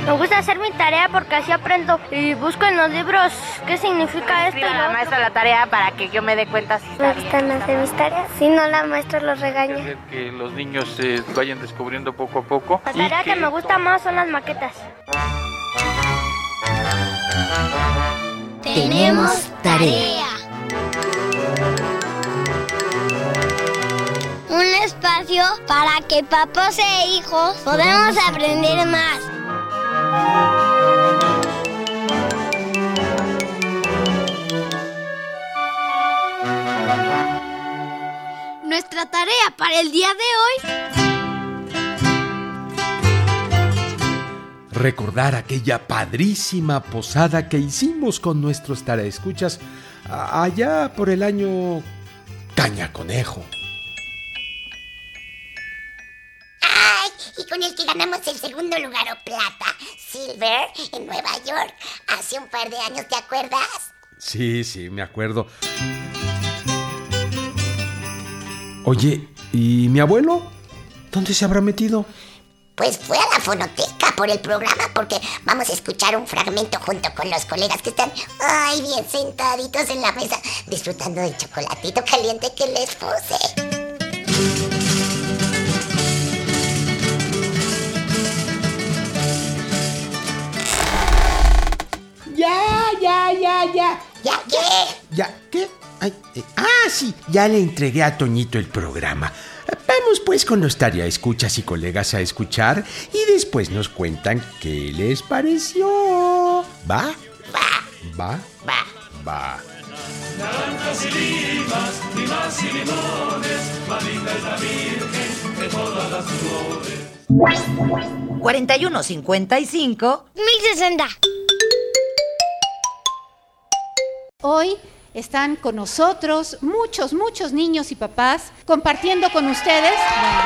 Me gusta hacer mi tarea porque así aprendo y busco en los libros qué significa esto. Escribe a la maestra la tarea para que yo me dé cuenta si está Me bien. gustan hacer mis tareas, si no la maestra los regaña. Hacer que los niños se vayan descubriendo poco a poco. La tarea que me gusta más son las maquetas. Tenemos tarea. Un espacio para que papás e hijos podamos aprender más. Nuestra tarea para el día de hoy: recordar aquella padrísima posada que hicimos con nuestros tareaescuchas allá por el año Caña Conejo. ¡Ay! Y con el que ganamos el segundo lugar o plata, Silver, en Nueva York, hace un par de años, ¿te acuerdas? Sí, me acuerdo. Oye, ¿y mi abuelo? ¿Dónde se habrá metido? Pues fue a la fonoteca por el programa porque vamos a escuchar un fragmento junto con los colegas que están, ay, bien sentaditos en la mesa disfrutando del chocolatito caliente que les puse. Ya. ¿Ya qué? ¿Ya qué? Sí, ya le entregué a Toñito el programa. Vamos pues con los tareaescuchas y colegas a escuchar y después nos cuentan qué les pareció. ¿Va? Va. Naranjas y limas y limones, más linda es la Virgen de todas las flores. 4155 1060. Hoy están con nosotros muchos niños y papás compartiendo con ustedes,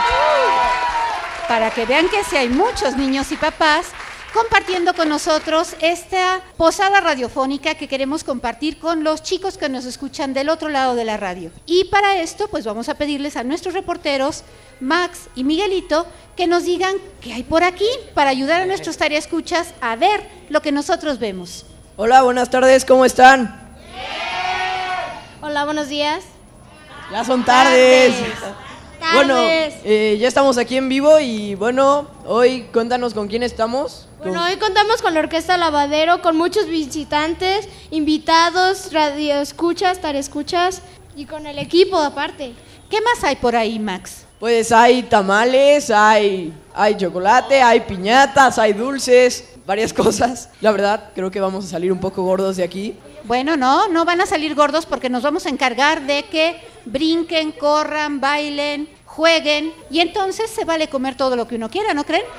para que vean que sí hay muchos niños y papás compartiendo con nosotros esta posada radiofónica que queremos compartir con los chicos que nos escuchan del otro lado de la radio. Y para esto, pues vamos a pedirles a nuestros reporteros, Max y Miguelito, que nos digan qué hay por aquí para ayudar a nuestros tareaescuchas a ver lo que nosotros vemos. Hola, buenas tardes, ¿cómo están? Hola, buenos días. Ya son tardes. Bueno, ya estamos aquí en vivo y bueno, hoy cuéntanos con quién estamos. Bueno, hoy contamos con la Orquesta Lavadero, con muchos visitantes, invitados, radioescuchas, tareaescuchas y con el equipo aparte. ¿Qué más hay por ahí, Max? Pues hay tamales, hay chocolate, hay piñatas, hay dulces, varias cosas. La verdad, creo que vamos a salir un poco gordos de aquí. Bueno, no van a salir gordos porque nos vamos a encargar de que brinquen, corran, bailen, jueguen y entonces se vale comer todo lo que uno quiera, ¿no creen?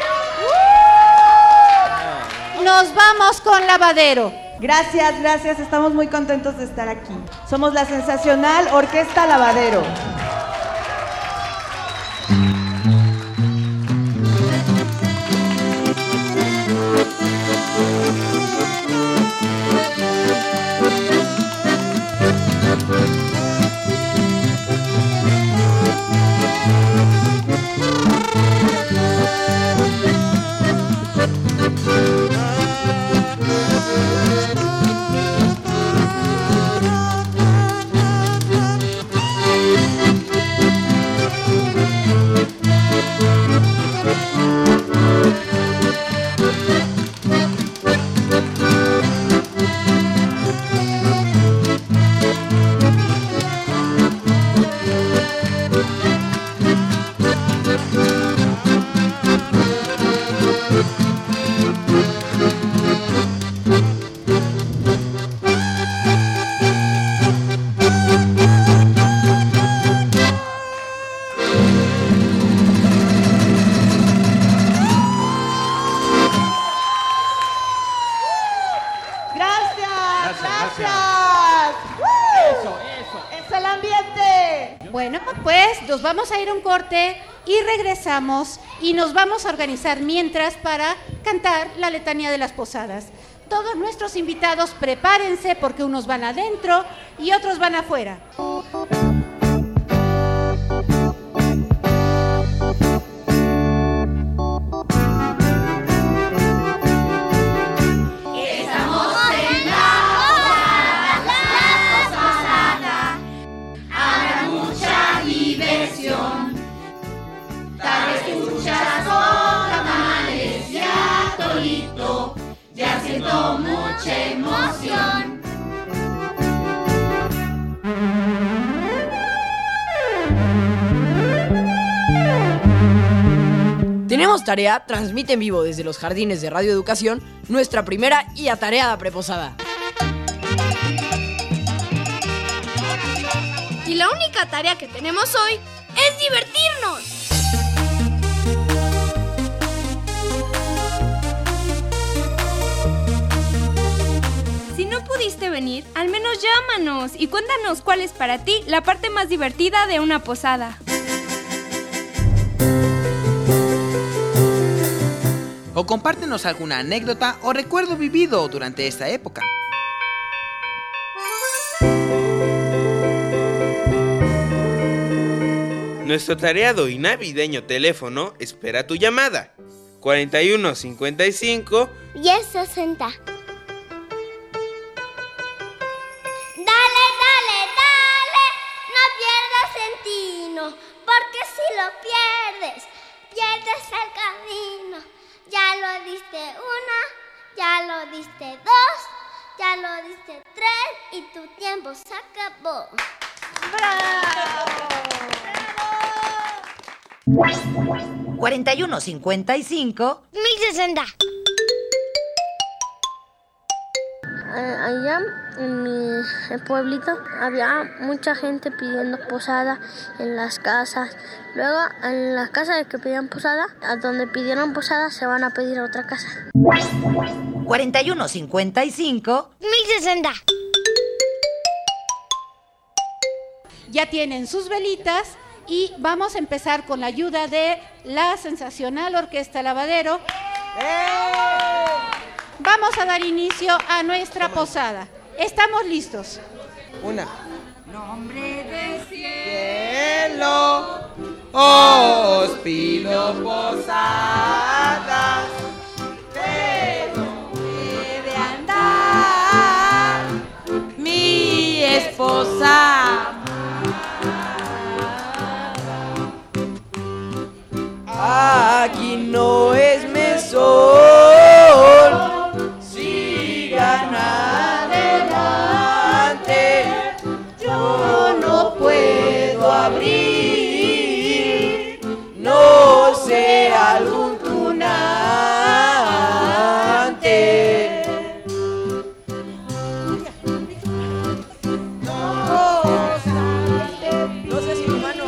Nos vamos con Lavadero. Gracias, estamos muy contentos de estar aquí. Somos la sensacional Orquesta Lavadero. Bueno, pues nos vamos a ir a un corte y regresamos y nos vamos a organizar mientras para cantar la letanía de las posadas. Todos nuestros invitados prepárense porque unos van adentro y otros van afuera. siento mucha emoción. Tenemos tarea, transmite en vivo desde los jardines de Radio Educación nuestra primera y atareada preposada. Y la única tarea que tenemos hoy es divertirnos. Si no pudiste venir, al menos llámanos y cuéntanos cuál es para ti la parte más divertida de una posada. O compártenos alguna anécdota o recuerdo vivido durante esta época. Nuestro tareado y navideño teléfono espera tu llamada. 41 55 10 60. No pierdas el tino, porque si lo pierdes, pierdes el camino. Ya lo diste una, ya lo diste dos, ya lo diste tres y tu tiempo se acabó. ¡Bravo! 41 55 1060. Allá en mi pueblito había mucha gente pidiendo posada en las casas. Luego en las casas que pedían posada, a donde pidieron posada se van a pedir a otra casa. 41 55 1060. Ya tienen sus velitas y vamos a empezar con la ayuda de la sensacional Orquesta Lavadero. Vamos a dar inicio a nuestra posada. ¿Estamos listos? Una. Nombre de cielo, os pido posadas, pero debe andar mi esposa. Aquí no es mesón, sigan adelante, yo no puedo abrir, no sé algún tunante. No sé si tu mano.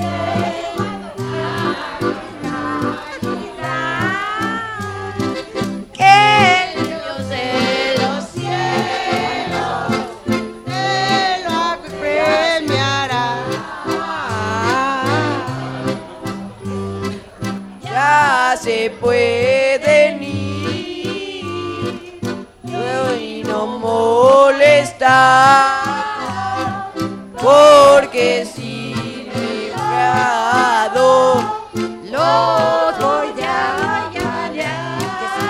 Se pueden ir y no molestar, porque si librado lo voy a hallar.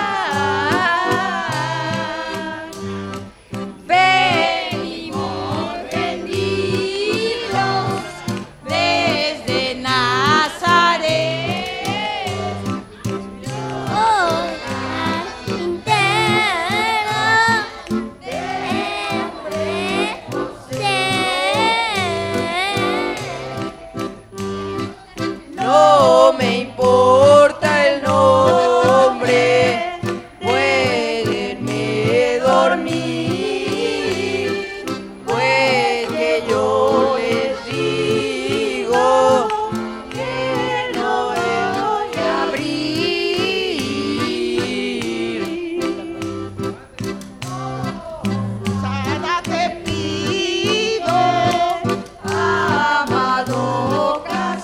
Venimos rendidos desde Nazaret. No me importa el nombre, puédenme dormir, pues que yo les digo que no me voy a abrir. Sada te pido, amado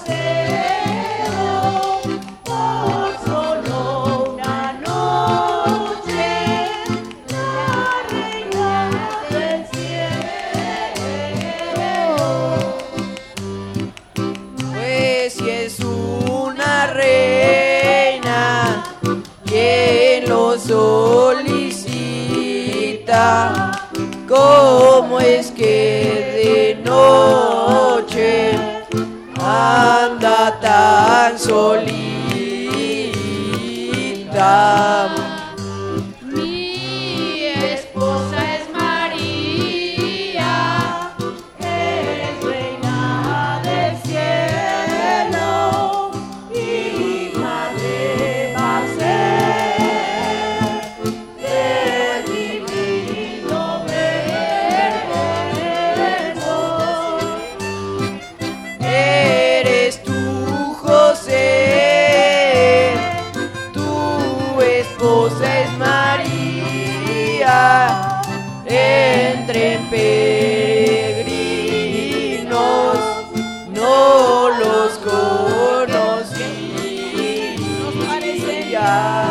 casero, por solo una noche, la reina del cielo. Pues si es una reina quien lo solicita, ¿cómo es que de noche anda tan solita? Mi esposa es María, entren peregrinos, no los conocí, nos parece ya.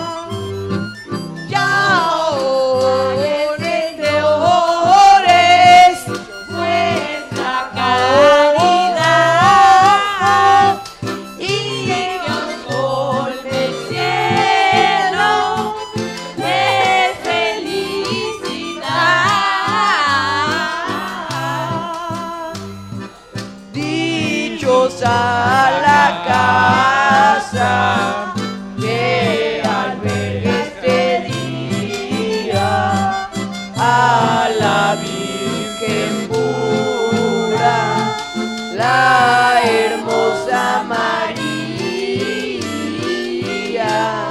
A la casa que albergue este día a la Virgen pura, la hermosa María.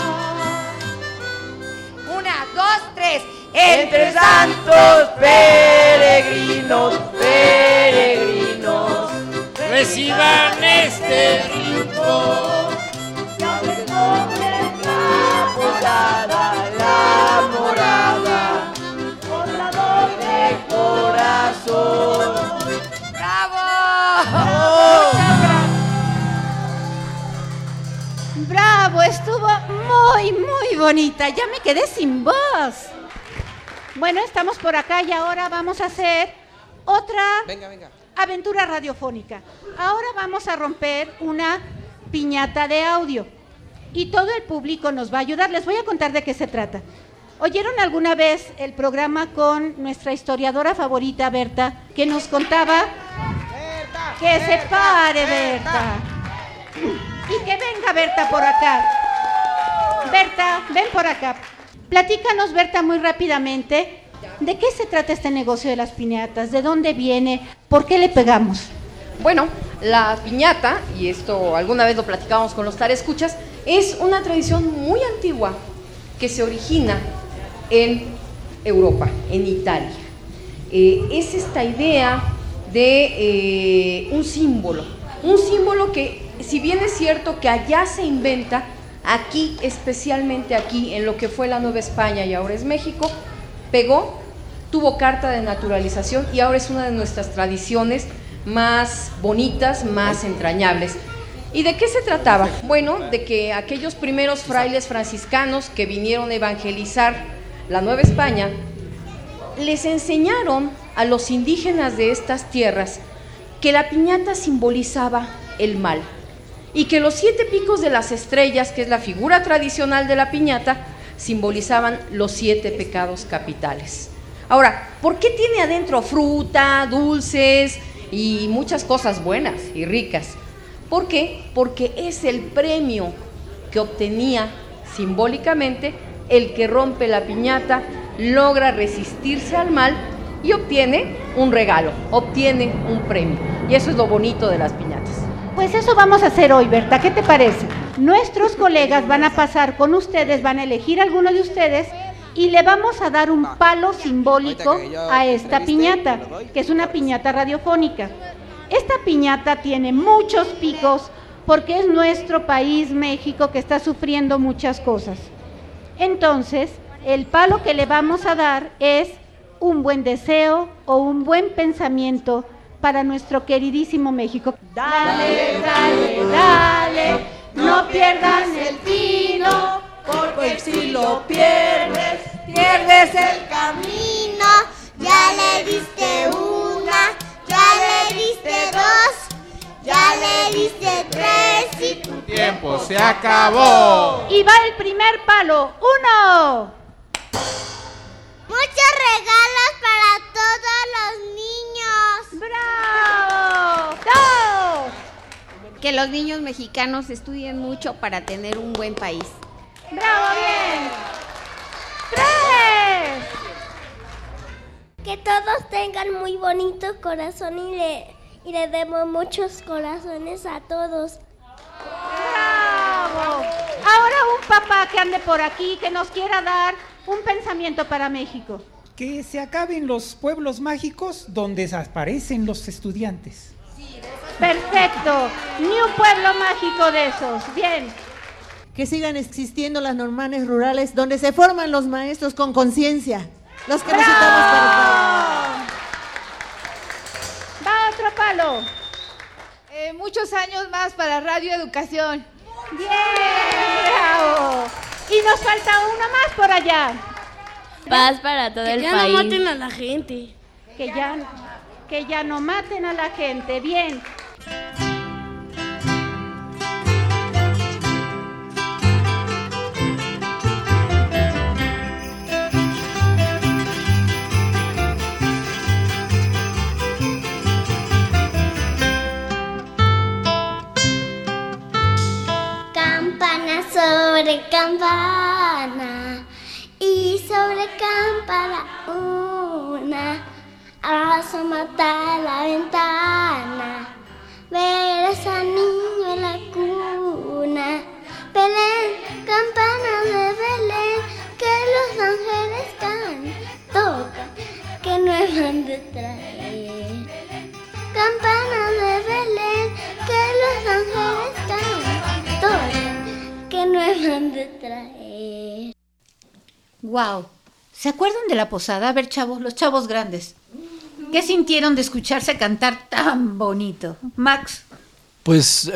1, 2, 3. Entre santos peregrinos, peregrinos, reciban este rincón, ya les doble la posada, la morada, con la doble corazón. ¡Bravo! Bravo, estuvo muy bonita. Ya me quedé sin voz. Bueno, estamos por acá y ahora vamos a hacer otra aventura radiofónica. Ahora vamos a romper una piñata de audio y todo el público nos va a ayudar. Les voy a contar de qué se trata. ¿Oyeron alguna vez el programa con nuestra historiadora favorita, Berta, que nos contaba que se pare, Berta? Y que venga Berta por acá. Berta, ven por acá. Platícanos, Berta, muy rápidamente, ¿de qué se trata este negocio de las piñatas? ¿De dónde viene? ¿Por qué le pegamos? Bueno, la piñata, y esto alguna vez lo platicábamos con los tarescuchas, es una tradición muy antigua que se origina en Europa, en Italia. Es esta idea de un símbolo que, si bien es cierto que allá se inventa, aquí, especialmente aquí, en lo que fue la Nueva España y ahora es México, pegó, tuvo carta de naturalización y ahora es una de nuestras tradiciones más bonitas, más entrañables. ¿Y de qué se trataba? Bueno, de que aquellos primeros frailes franciscanos que vinieron a evangelizar la Nueva España, les enseñaron a los indígenas de estas tierras que la piñata simbolizaba el mal y que los 7 picos de las estrellas, que es la figura tradicional de la piñata, simbolizaban los 7 pecados capitales. Ahora, ¿por qué tiene adentro fruta, dulces y muchas cosas buenas y ricas? ¿Por qué? Porque es el premio que obtenía simbólicamente el que rompe la piñata, logra resistirse al mal y obtiene un regalo, obtiene un premio. Y eso es lo bonito de las piñatas. Pues eso vamos a hacer hoy, Berta, ¿qué te parece? Nuestros colegas van a pasar con ustedes, van a elegir a alguno de ustedes y le vamos a dar un palo simbólico a esta piñata, que es una piñata radiofónica. Esta piñata tiene muchos picos porque es nuestro país, México, que está sufriendo muchas cosas. Entonces, el palo que le vamos a dar es un buen deseo o un buen pensamiento para nuestro queridísimo México. Dale, dale, dale, no pierdas el tino, porque si lo pierdes, pierdes el camino. Ya le diste una, ya le diste 2, ya le diste 3 y tu tiempo se acabó. Y va el primer palo, 1. Muchos regalos para todos los niños. ¡Bravo! 2. Que los niños mexicanos estudien mucho para tener un buen país. ¡Bravo, bien! 3. Que todos tengan muy bonito corazón y le demos muchos corazones a todos. ¡Bravo! Ahora un papá que ande por aquí, que nos quiera dar un pensamiento para México. Que se acaben los pueblos mágicos donde desaparecen los estudiantes. Perfecto, ni un pueblo mágico de esos. Bien. que sigan existiendo las normales rurales donde se forman los maestros con conciencia, los que necesitamos para el país. Va otro palo. Muchos años más para Radio Educación. ¡Bien! ¡Bravo! Y nos falta uno más por allá. Paz para todo el país. Que ya no maten a la gente. Que ya no maten a la gente. Bien. Campana sobre campana y sobre campana una, asómate a la ventana, verás al niño en la cuna. Belén, campana de Belén, que los ángeles tocan, que no han de traer. Campana de Belén, que los ángeles tocan, que no han de traer. Wow. ¿Se acuerdan de la posada? A ver, chavos, los chavos grandes. ¿Qué sintieron de escucharse cantar tan bonito? Max. Pues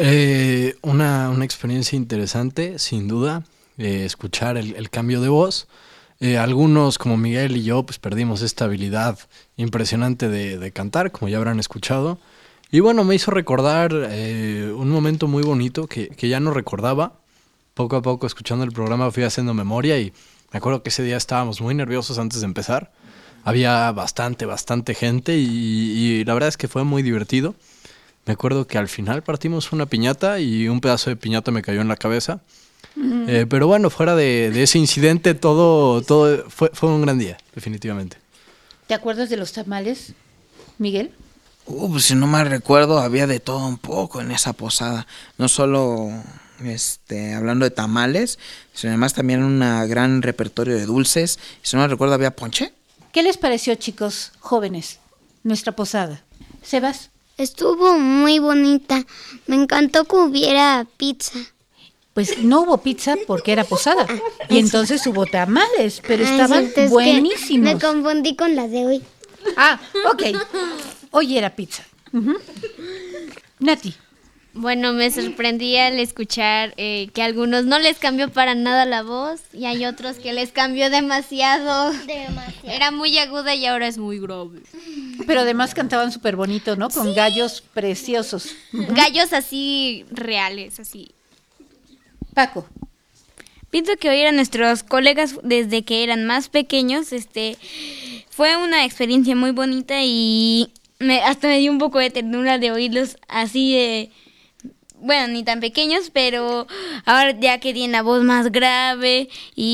una experiencia interesante, sin duda, escuchar el cambio de voz. Algunos, como Miguel y yo, pues perdimos esta habilidad impresionante de cantar, como ya habrán escuchado. Y bueno, me hizo recordar un momento muy bonito que ya no recordaba. Poco a poco, escuchando el programa, fui haciendo memoria y me acuerdo que ese día estábamos muy nerviosos antes de empezar. Había bastante gente y la verdad es que fue muy divertido. Me acuerdo que al final partimos una piñata y un pedazo de piñata me cayó en la cabeza. Pero bueno, fuera de ese incidente, todo fue un gran día, definitivamente. ¿Te acuerdas de los tamales, Miguel? Pues si no mal recuerdo, había de todo un poco en esa posada. No solo hablando de tamales, sino además también un gran repertorio de dulces. Si no mal recuerdo, había ponche. ¿Qué les pareció, chicos jóvenes, nuestra posada? Sebas. Estuvo muy bonita. Me encantó que hubiera pizza. Pues no hubo pizza porque era posada. Y entonces hubo tamales, pero estaban buenísimos. Me confundí con la de hoy. Ah, ok. Hoy era pizza. Nati. Bueno, me sorprendí al escuchar que a algunos no les cambió para nada la voz y hay otros que les cambió demasiado. Era muy aguda y ahora es muy grave. Pero además cantaban súper bonito, ¿no? Con gallos preciosos. Gallos así reales, así. Paco. Pienso que oír a nuestros colegas desde que eran más pequeños, fue una experiencia muy bonita y hasta me dio un poco de ternura de oírlos así de... Bueno, ni tan pequeños, pero ahora ya que tienen la voz más grave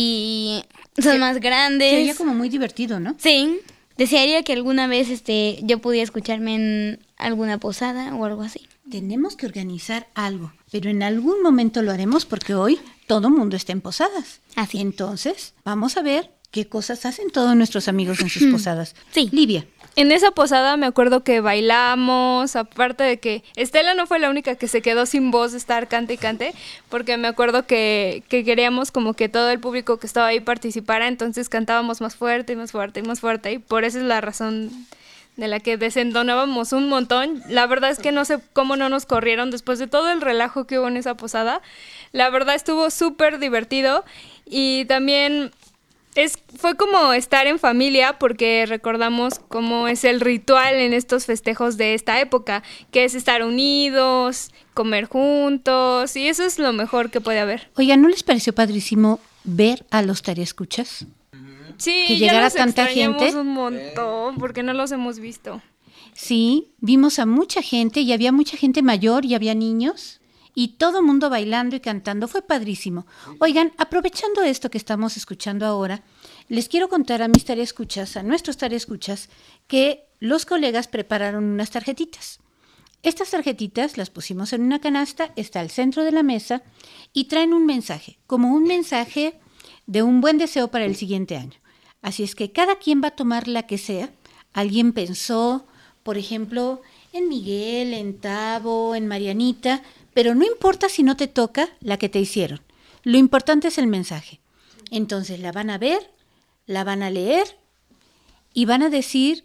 y son más grandes. Se oía como muy divertido, ¿no? Sí. Desearía que alguna vez yo pudiera escucharme en alguna posada o algo así. Tenemos que organizar algo, pero en algún momento lo haremos porque hoy todo mundo está en posadas. Así. Entonces, vamos a ver qué cosas hacen todos nuestros amigos en sus posadas. Sí. Livia. En esa posada me acuerdo que bailamos, aparte de que Estela no fue la única que se quedó sin voz de estar cante y cante, porque me acuerdo que queríamos como que todo el público que estaba ahí participara, entonces cantábamos más fuerte y más fuerte y más fuerte, y por eso es la razón de la que desentonábamos un montón. La verdad es que no sé cómo no nos corrieron después de todo el relajo que hubo en esa posada. La verdad estuvo súper divertido y también... Fue como estar en familia porque recordamos cómo es el ritual en estos festejos de esta época, que es estar unidos, comer juntos, y eso es lo mejor que puede haber. Oiga, ¿no les pareció padrísimo ver a los tareascuchas? Sí, que llegara ya nos tanta gente. Un montón porque no los hemos visto. Sí, vimos a mucha gente y había mucha gente mayor y había niños. Y todo mundo bailando y cantando, fue padrísimo. Oigan, aprovechando esto que estamos escuchando ahora, les quiero contar a mis tareascuchas, a nuestros tareascuchas, que los colegas prepararon unas tarjetitas. Estas tarjetitas las pusimos en una canasta, está al centro de la mesa y traen un mensaje, como un mensaje de un buen deseo para el siguiente año. Así es que cada quien va a tomar la que sea. Alguien pensó, por ejemplo, en Miguel, en Tavo, en Marianita, pero no importa si no te toca la que te hicieron. Lo importante es el mensaje. Entonces la van a ver, la van a leer y van a decir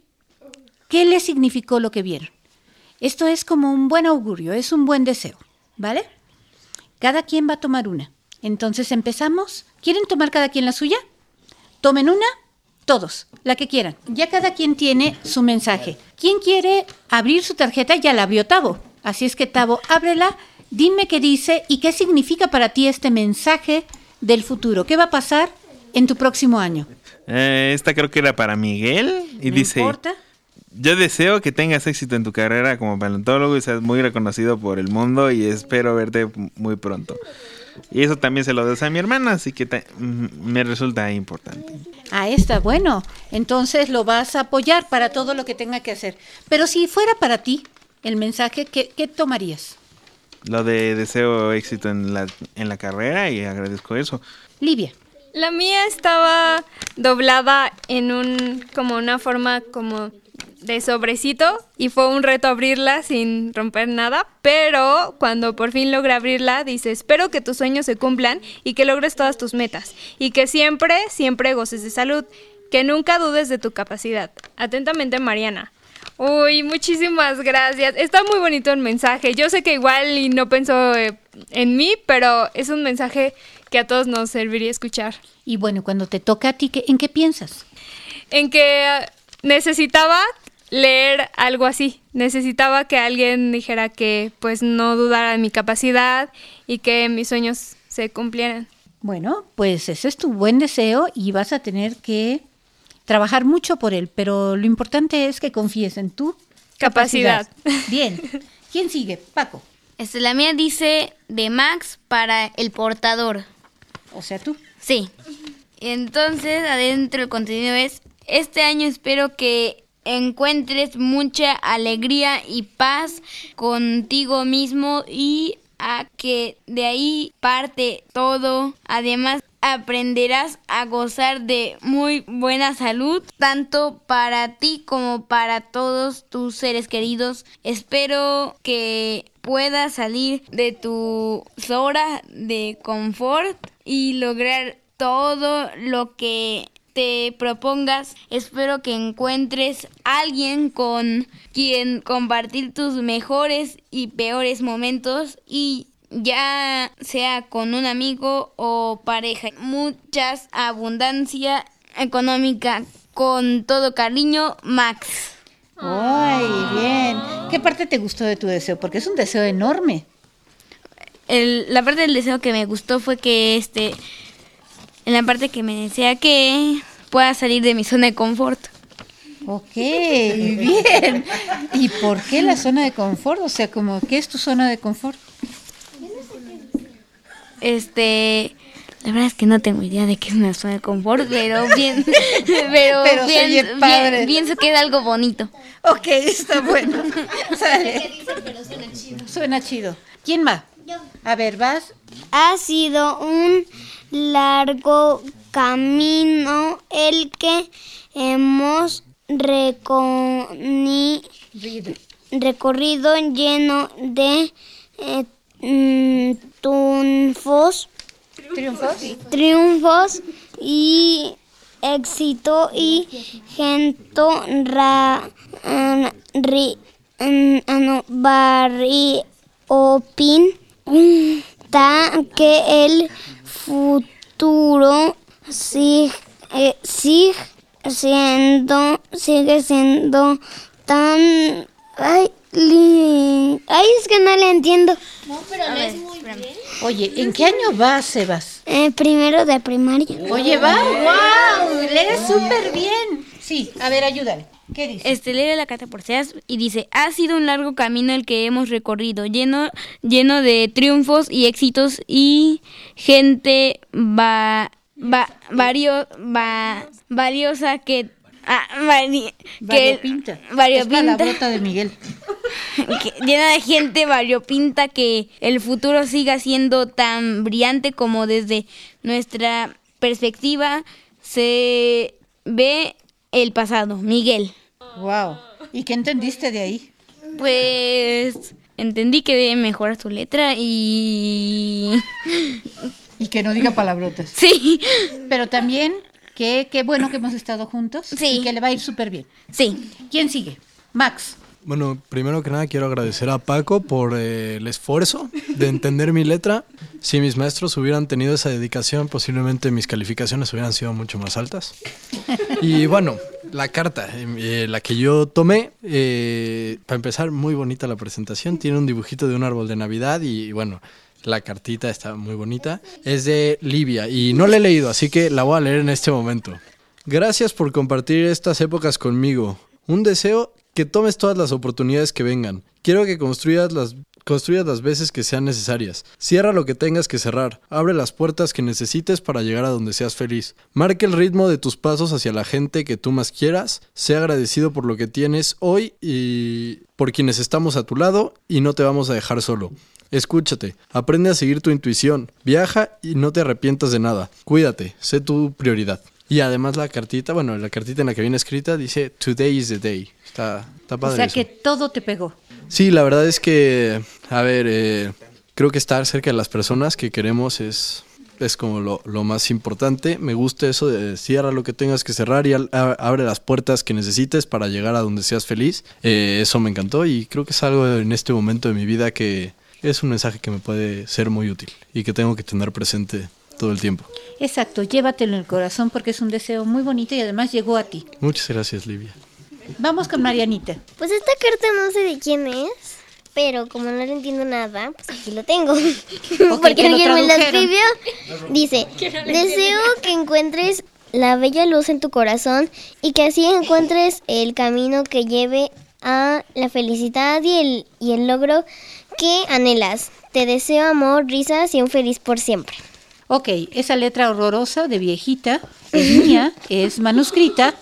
qué les significó lo que vieron. Esto es como un buen augurio, es un buen deseo, ¿vale? Cada quien va a tomar una. Entonces empezamos. ¿Quieren tomar cada quien la suya? Tomen una, todos, la que quieran. Ya cada quien tiene su mensaje. ¿Quién quiere abrir su tarjeta? Ya la abrió Tavo. Así es que Tavo, ábrela, dime qué dice y qué significa para ti este mensaje del futuro. ¿Qué va a pasar en tu próximo año? Esta creo que era para Miguel y dice... ¿No importa? Yo deseo que tengas éxito en tu carrera como paleontólogo y seas muy reconocido por el mundo y espero verte muy pronto. Y eso también se lo deseo a mi hermana, así que me resulta importante. Ah, está bueno. Entonces lo vas a apoyar para todo lo que tenga que hacer. Pero si fuera para ti el mensaje, ¿qué tomarías? Lo de deseo éxito en la carrera y agradezco eso. Livia. La mía estaba doblada en como una forma como de sobrecito y fue un reto abrirla sin romper nada, pero cuando por fin logré abrirla dice: espero que tus sueños se cumplan y que logres todas tus metas y que siempre, siempre goces de salud, que nunca dudes de tu capacidad. Atentamente, Mariana. Uy, muchísimas gracias. Está muy bonito el mensaje. Yo sé que igual y no pensó en mí, pero es un mensaje que a todos nos serviría escuchar. Y bueno, cuando te toca a ti, ¿en qué piensas? En que necesitaba leer algo así. Necesitaba que alguien dijera que pues no dudara de mi capacidad y que mis sueños se cumplieran. Bueno, pues ese es tu buen deseo y vas a tener que trabajar mucho por él, pero lo importante es que confíes en tu capacidad. Bien. ¿Quién sigue? Paco. La mía dice de Max para el portador. O sea, tú. Sí. Entonces, adentro el contenido es: este año espero que encuentres mucha alegría y paz contigo mismo y a que de ahí parte todo. Además, aprenderás a gozar de muy buena salud, tanto para ti como para todos tus seres queridos. Espero que puedas salir de tu zona de confort y lograr todo lo que te propongas. Espero que encuentres a alguien con quien compartir tus mejores y peores momentos, y ya sea con un amigo o pareja. Muchas abundancia económica. Con todo cariño, Max. ¡Ay, bien! ¿Qué parte te gustó de tu deseo? Porque es un deseo enorme. La parte del deseo que me gustó fue que en la parte que me decía que pueda salir de mi zona de confort. Ok, bien. ¿Y por qué la zona de confort? O sea, como, ¿qué es tu zona de confort? La verdad es que no tengo idea de qué es una zona de confort, pero bien, pero pienso que es algo bonito. Ok, está bueno. Sale. Suena chido. ¿Quién va? Yo. A ver, vas. Ha sido un largo camino el que hemos recorrido lleno de triunfos y éxito y gente variopinta que el futuro sigue siendo tan... Ay, es que no le entiendo. No, pero lees muy bien. Oye, ¿en qué año vas, Sebas? Primero de primaria. Oye, va, wow, lees súper bien. Sí, a ver, ayúdale. ¿Qué dice? Lee la carta por Sebas y dice: ha sido un largo camino el que hemos recorrido, lleno de triunfos y éxitos y gente valiosa que... variopinta. Es palabrota de Miguel. Llena de gente variopinta, que el futuro siga siendo tan brillante como desde nuestra perspectiva se ve el pasado. Miguel. Wow. ¿Y qué entendiste de ahí? Pues entendí que debe mejorar su letra y Y que no diga palabrotas. Sí. Pero también qué bueno que hemos estado juntos. Sí. Y que le va a ir súper bien. Sí. ¿Quién sigue? Max. Bueno, primero que nada quiero agradecer a Paco por el esfuerzo de entender mi letra. Si mis maestros hubieran tenido esa dedicación, posiblemente mis calificaciones hubieran sido mucho más altas. Y bueno, la carta, la que yo tomé, para empezar, muy bonita la presentación. Tiene un dibujito de un árbol de Navidad y bueno, la cartita está muy bonita. Es de Livia y no la he leído, así que la voy a leer en este momento. Gracias por compartir estas épocas conmigo. Un deseo que tomes todas las oportunidades que vengan. Quiero que construyas las veces que sean necesarias. Cierra lo que tengas que cerrar. Abre las puertas que necesites para llegar a donde seas feliz. Marca el ritmo de tus pasos hacia la gente que tú más quieras. Sé agradecido por lo que tienes hoy y por quienes estamos a tu lado y no te vamos a dejar solo. Escúchate, aprende a seguir tu intuición, viaja y no te arrepientas de nada. Cuídate, sé tu prioridad. Y además la cartita en la que viene escrita dice Today is the day. Está padre. O sea eso. que todo te pegó. Sí, la verdad es que, creo que estar cerca de las personas que queremos es como lo más importante. Me gusta eso de cierra lo que tengas que cerrar y abre las puertas que necesites para llegar a donde seas feliz. Eso me encantó y creo que es algo en este momento de mi vida que es un mensaje que me puede ser muy útil y que tengo que tener presente todo el tiempo. Exacto, llévatelo en el corazón porque es un deseo muy bonito y además llegó a ti. Muchas gracias, Livia. Vamos con Marianita. Pues esta carta no sé de quién es, pero como no le entiendo nada, pues aquí lo tengo. Porque alguien me la escribió. Dice, deseo que encuentres la bella luz en tu corazón y que así encuentres el camino que lleve a la felicidad y el logro que anhelas. Te deseo amor, risas y un feliz por siempre. Ok, esa letra horrorosa de viejita es mía, es manuscrita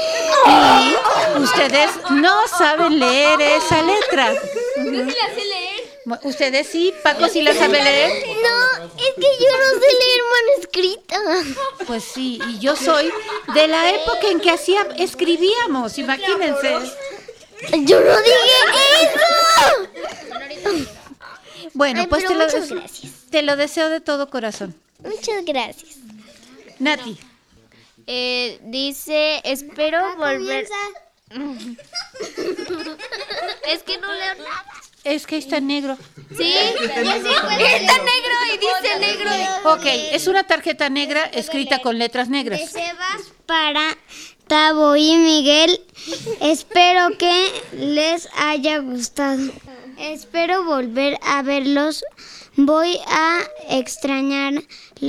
y ustedes no saben leer esa letra. Yo sí la sé leer. ¿Ustedes sí? ¿Paco sí la sabe leer? No, es que yo no sé leer manuscrita. Pues sí, y yo soy de la época en que escribíamos, imagínense. ¡Yo no dije eso! Bueno, Ay, pues muchas gracias. Te lo deseo de todo corazón. Muchas gracias. Nati. Dice, espero volver... Es que no leo nada. Es que está negro. Sí, está negro y dice negro. Ok, es una tarjeta negra escrita con letras negras. De Sebas para Tavo y Miguel. Espero que les haya gustado. Espero volver a verlos. Voy a extrañarlos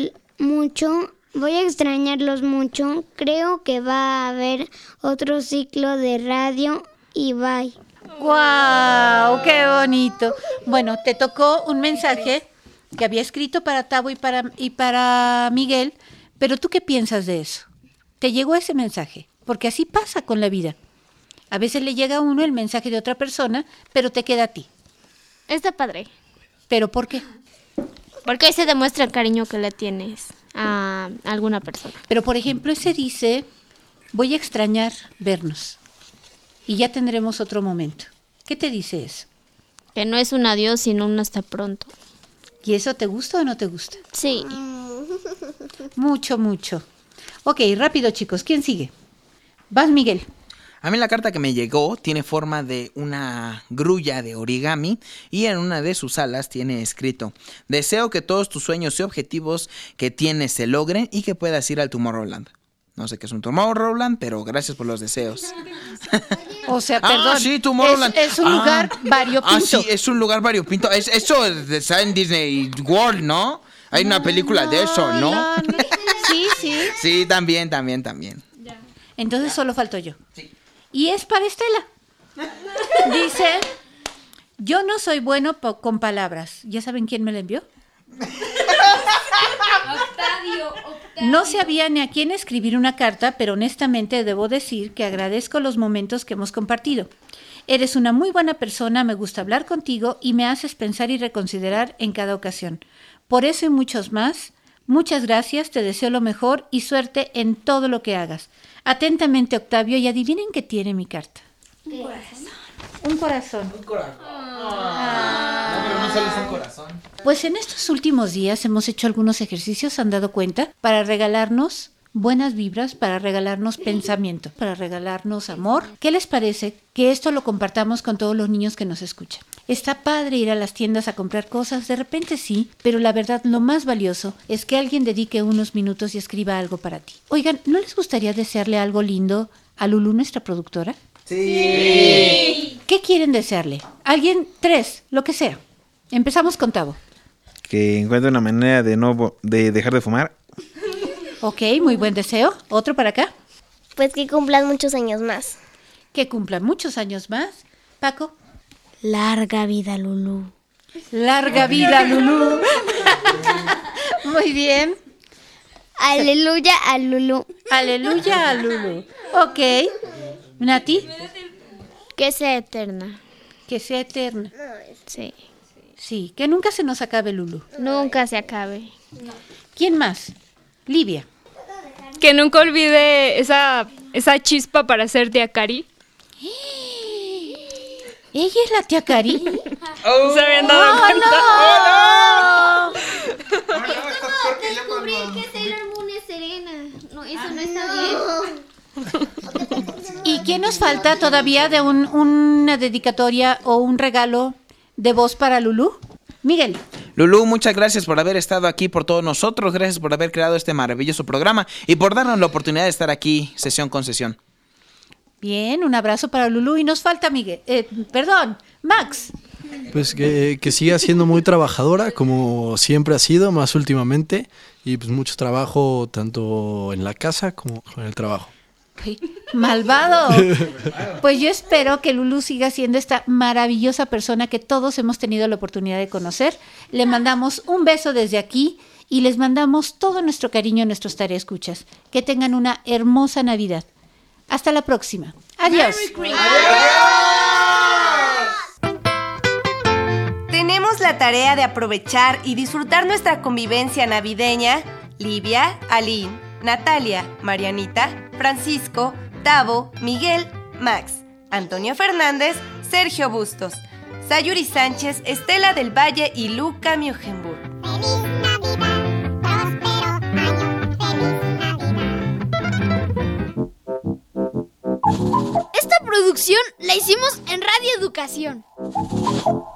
mucho. Creo que va a haber otro ciclo de radio y bye. ¡Guau! ¡Qué bonito! Bueno, te tocó un mensaje que había escrito para Tavo y para Miguel, pero ¿tú qué piensas de eso? ¿Te llegó ese mensaje? Porque así pasa con la vida. A veces le llega a uno el mensaje de otra persona, pero te queda a ti. Está padre. ¿Pero por qué? Porque ahí se demuestra el cariño que le tienes a alguna persona. Pero, por ejemplo, ese dice, voy a extrañar vernos y ya tendremos otro momento. ¿Qué te dice eso? Que no es un adiós, sino un hasta pronto. ¿Y eso te gusta o no te gusta? Sí. Mucho, mucho. Ok, rápido, chicos. ¿Quién sigue? Vas, Miguel. A mí la carta que me llegó tiene forma de una grulla de origami y en una de sus alas tiene escrito: deseo que todos tus sueños y objetivos que tienes se logren y que puedas ir al Tomorrowland. No sé qué es un Tomorrowland, pero gracias por los deseos. O sea, perdón. Sí, Tomorrowland. Es un lugar variopinto. Sí, es un lugar variopinto. Eso está en Disney World, ¿no? Hay una película de eso, ¿no? Sí, sí. Sí, también. Entonces solo falto yo. Sí. Y es para Estela. Dice, yo no soy bueno con palabras. ¿Ya saben quién me la envió? Octavio. No sabía ni a quién escribir una carta, pero honestamente debo decir que agradezco los momentos que hemos compartido. Eres una muy buena persona, me gusta hablar contigo y me haces pensar y reconsiderar en cada ocasión. Por eso y muchos más, muchas gracias, te deseo lo mejor y suerte en todo lo que hagas. Atentamente, Octavio, y adivinen qué tiene mi carta. Un corazón. Un corazón. No, pero no solo es un corazón. Pues en estos últimos días hemos hecho algunos ejercicios, ¿han dado cuenta? Para regalarnos buenas vibras, para regalarnos pensamiento, para regalarnos amor. ¿Qué les parece que esto lo compartamos con todos los niños que nos escuchan? Está padre ir a las tiendas a comprar cosas, de repente sí, pero la verdad lo más valioso es que alguien dedique unos minutos y escriba algo para ti. Oigan, ¿no les gustaría desearle algo lindo a Lulú, nuestra productora? Sí. ¿Qué quieren desearle? Alguien, 3, lo que sea. Empezamos con Tavo. Que encuentre una manera de dejar de fumar. Ok, muy buen deseo. ¿Otro para acá? Pues que cumplan muchos años más. Que cumplan muchos años más. Paco. Larga vida, Lulú. Larga vida, Lulú. Muy bien. Aleluya a Lulú. Aleluya a Lulú. Ok. Nati. Que sea eterna. Que sea eterna. Sí. Sí, que nunca se nos acabe Lulú. Nunca se acabe. ¿Quién más? Livia. Que nunca olvide esa chispa para ser tía Cari. ¿Ella es la tía Cari? ¿Se habían dado cuenta? ¡Oh, no! Descubrí que Sailor Moon es Serena. No, eso no está bien. ¿Y qué nos falta todavía de una dedicatoria o un regalo de voz para Lulú? Miguel. Lulú, muchas gracias por haber estado aquí por todos nosotros, gracias por haber creado este maravilloso programa y por darnos la oportunidad de estar aquí sesión con sesión. Bien, un abrazo para Lulú y nos falta Miguel, Max. Pues que siga siendo muy trabajadora como siempre ha sido, más últimamente, y pues mucho trabajo tanto en la casa como en el trabajo. Ay, malvado. Pues yo espero que Lulú siga siendo esta maravillosa persona que todos hemos tenido la oportunidad de conocer. Le mandamos un beso desde aquí y les mandamos todo nuestro cariño a nuestros tareescuchas. Que tengan una hermosa Navidad. Hasta la próxima. Adiós. Tenemos la tarea de aprovechar y disfrutar nuestra convivencia navideña. Livia, Aline, Natalia, Marianita, Francisco, Tavo, Miguel, Max, Antonio Fernández, Sergio Bustos, Sayuri Sánchez, Estela del Valle y Luca Miojenburg. Esta producción la hicimos en Radio Educación.